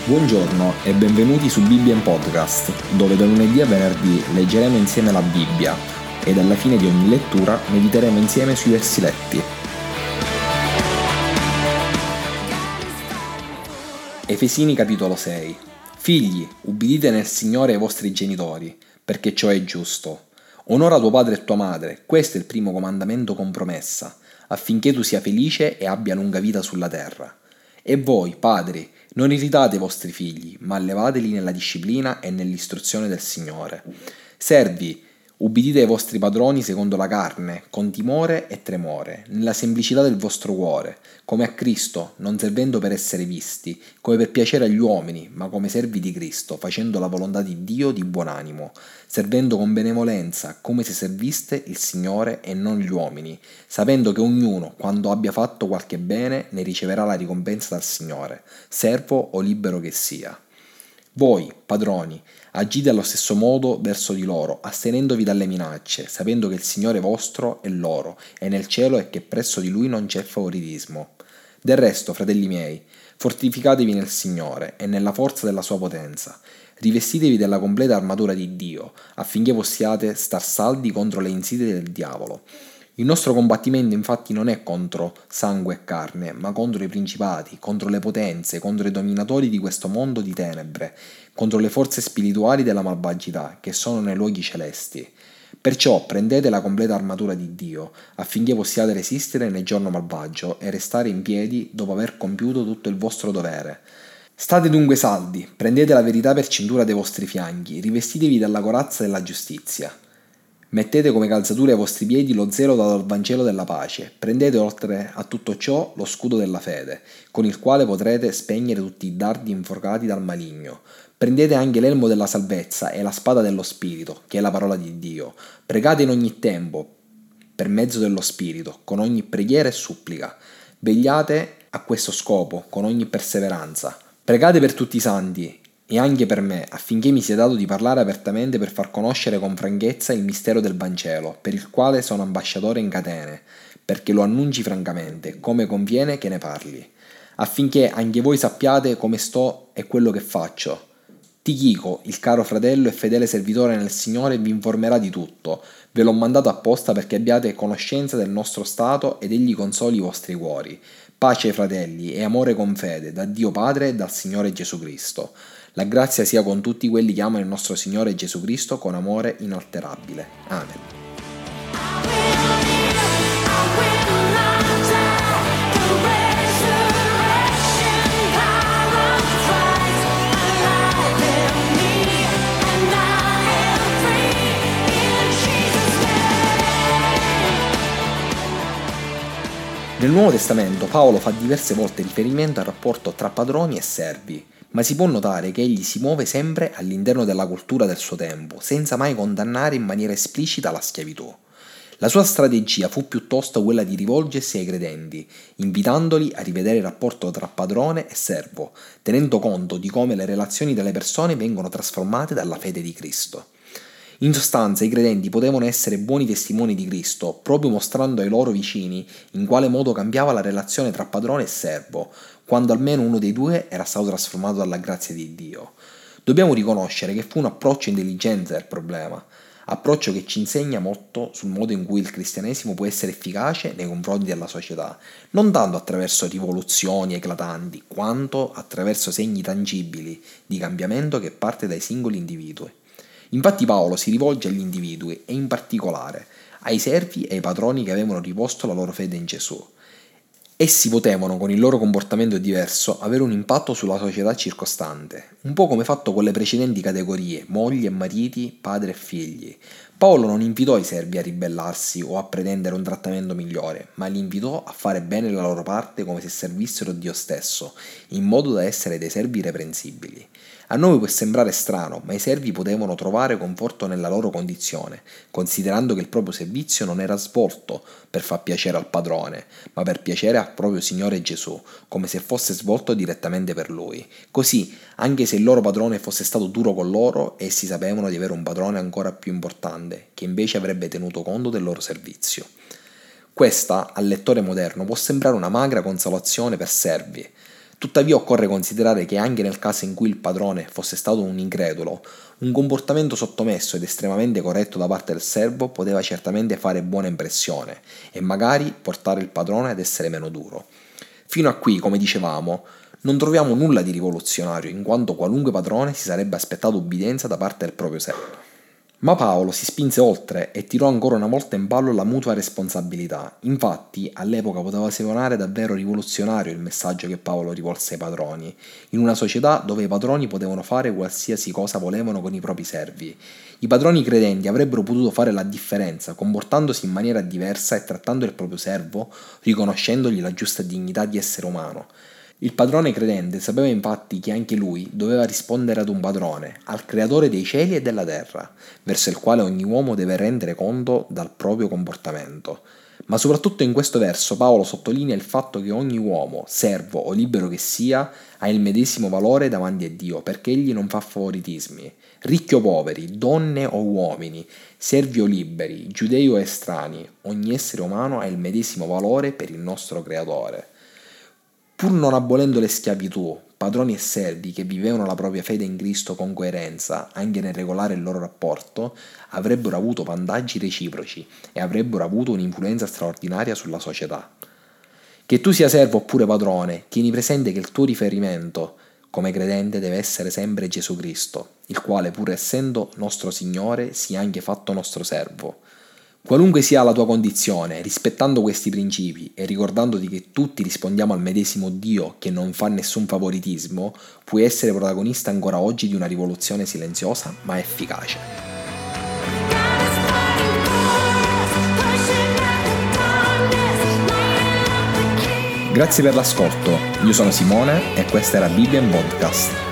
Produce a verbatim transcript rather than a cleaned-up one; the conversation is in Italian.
Buongiorno e benvenuti su Bibbia in Podcast, dove da lunedì a venerdì leggeremo insieme la Bibbia ed alla fine di ogni lettura mediteremo insieme sui versi letti. Efesini capitolo sei. Figli, ubbidite nel Signore ai vostri genitori, perché ciò è giusto. Onora tuo padre e tua madre, questo è il primo comandamento con promessa, affinché tu sia felice e abbia lunga vita sulla terra. E voi, padri, non irritate i vostri figli, ma allevateli nella disciplina e nell'istruzione del Signore. Servi, ubbidite ai vostri padroni secondo la carne, con timore e tremore, nella semplicità del vostro cuore, come a Cristo, non servendo per essere visti, come per piacere agli uomini, ma come servi di Cristo, facendo la volontà di Dio di buon animo, servendo con benevolenza, come se serviste il Signore e non gli uomini, sapendo che ognuno, quando abbia fatto qualche bene, ne riceverà la ricompensa dal Signore, servo o libero che sia. Voi, padroni, agite allo stesso modo verso di loro, astenendovi dalle minacce, sapendo che il Signore vostro è loro, e nel cielo e che presso di Lui non c'è favoritismo. Del resto, fratelli miei, fortificatevi nel Signore e nella forza della sua potenza. Rivestitevi della completa armatura di Dio, affinché possiate star saldi contro le insidie del diavolo. Il nostro combattimento infatti non è contro sangue e carne, ma contro i principati, contro le potenze, contro i dominatori di questo mondo di tenebre, contro le forze spirituali della malvagità che sono nei luoghi celesti. Perciò prendete la completa armatura di Dio, affinché possiate resistere nel giorno malvagio e restare in piedi dopo aver compiuto tutto il vostro dovere. State dunque saldi, prendete la verità per cintura dei vostri fianchi, rivestitevi della corazza della giustizia. Mettete come calzatura ai vostri piedi lo zelo dal Vangelo della pace. Prendete oltre a tutto ciò lo scudo della fede, con il quale potrete spegnere tutti i dardi infuocati dal maligno. Prendete anche l'elmo della salvezza e la spada dello Spirito, che è la parola di Dio. Pregate in ogni tempo, per mezzo dello Spirito, con ogni preghiera e supplica. Vegliate a questo scopo, con ogni perseveranza. Pregate per tutti i santi, e anche per me, affinché mi sia dato di parlare apertamente per far conoscere con franchezza il mistero del Vangelo, per il quale sono ambasciatore in catene, perché lo annunci francamente, come conviene che ne parli, affinché anche voi sappiate come sto e quello che faccio. Tichico, il caro fratello e fedele servitore nel Signore, vi informerà di tutto. Ve l'ho mandato apposta perché abbiate conoscenza del nostro stato ed egli consoli i vostri cuori. Pace ai fratelli e amore con fede, da Dio Padre e dal Signore Gesù Cristo. La grazia sia con tutti quelli che amano il nostro Signore Gesù Cristo con amore inalterabile. Amen. Nel Nuovo Testamento Paolo fa diverse volte riferimento al rapporto tra padroni e servi, ma si può notare che egli si muove sempre all'interno della cultura del suo tempo, senza mai condannare in maniera esplicita la schiavitù. La sua strategia fu piuttosto quella di rivolgersi ai credenti, invitandoli a rivedere il rapporto tra padrone e servo, tenendo conto di come le relazioni delle persone vengono trasformate dalla fede di Cristo. In sostanza, i credenti potevano essere buoni testimoni di Cristo, proprio mostrando ai loro vicini in quale modo cambiava la relazione tra padrone e servo, quando almeno uno dei due era stato trasformato dalla grazia di Dio. Dobbiamo riconoscere che fu un approccio intelligente del problema, approccio che ci insegna molto sul modo in cui il cristianesimo può essere efficace nei confronti della società, non tanto attraverso rivoluzioni eclatanti, quanto attraverso segni tangibili di cambiamento che parte dai singoli individui. Infatti Paolo si rivolge agli individui e in particolare ai servi e ai padroni che avevano riposto la loro fede in Gesù. Essi potevano, con il loro comportamento diverso, avere un impatto sulla società circostante, un po' come fatto con le precedenti categorie, mogli e mariti, padri e figli. Paolo non invitò i servi a ribellarsi o a pretendere un trattamento migliore, ma li invitò a fare bene la loro parte come se servissero Dio stesso, in modo da essere dei servi irreprensibili. A noi può sembrare strano, ma i servi potevano trovare conforto nella loro condizione, considerando che il proprio servizio non era svolto per far piacere al padrone, ma per piacere al proprio Signore Gesù, come se fosse svolto direttamente per Lui. Così, anche se il loro padrone fosse stato duro con loro, essi sapevano di avere un padrone ancora più importante, che invece avrebbe tenuto conto del loro servizio. Questa, al lettore moderno, può sembrare una magra consolazione per servi, Tuttavia occorre considerare che anche nel caso in cui il padrone fosse stato un incredulo, un comportamento sottomesso ed estremamente corretto da parte del servo poteva certamente fare buona impressione e magari portare il padrone ad essere meno duro. Fino a qui, come dicevamo, non troviamo nulla di rivoluzionario, in quanto qualunque padrone si sarebbe aspettato ubbidienza da parte del proprio servo. Ma Paolo si spinse oltre e tirò ancora una volta in ballo la mutua responsabilità. Infatti, all'epoca poteva sembrare davvero rivoluzionario il messaggio che Paolo rivolse ai padroni, in una società dove i padroni potevano fare qualsiasi cosa volevano con i propri servi. I padroni credenti avrebbero potuto fare la differenza, comportandosi in maniera diversa e trattando il proprio servo, riconoscendogli la giusta dignità di essere umano. Il padrone credente sapeva infatti che anche lui doveva rispondere ad un padrone, al creatore dei cieli e della terra, verso il quale ogni uomo deve rendere conto dal proprio comportamento. Ma soprattutto in questo verso Paolo sottolinea il fatto che ogni uomo, servo o libero che sia, ha il medesimo valore davanti a Dio, perché egli non fa favoritismi. Ricchi o poveri, donne o uomini, servi o liberi, giudei o estranei, ogni essere umano ha il medesimo valore per il nostro creatore. Pur non abolendo le schiavitù, padroni e servi che vivevano la propria fede in Cristo con coerenza, anche nel regolare il loro rapporto, avrebbero avuto vantaggi reciproci e avrebbero avuto un'influenza straordinaria sulla società. Che tu sia servo oppure padrone, tieni presente che il tuo riferimento come credente deve essere sempre Gesù Cristo, il quale, pur essendo nostro Signore, sia anche fatto nostro servo. Qualunque sia la tua condizione, rispettando questi principi e ricordandoti che tutti rispondiamo al medesimo Dio che non fa nessun favoritismo, puoi essere protagonista ancora oggi di una rivoluzione silenziosa ma efficace. Grazie per l'ascolto, io sono Simone e questa era Bibbia in Podcast.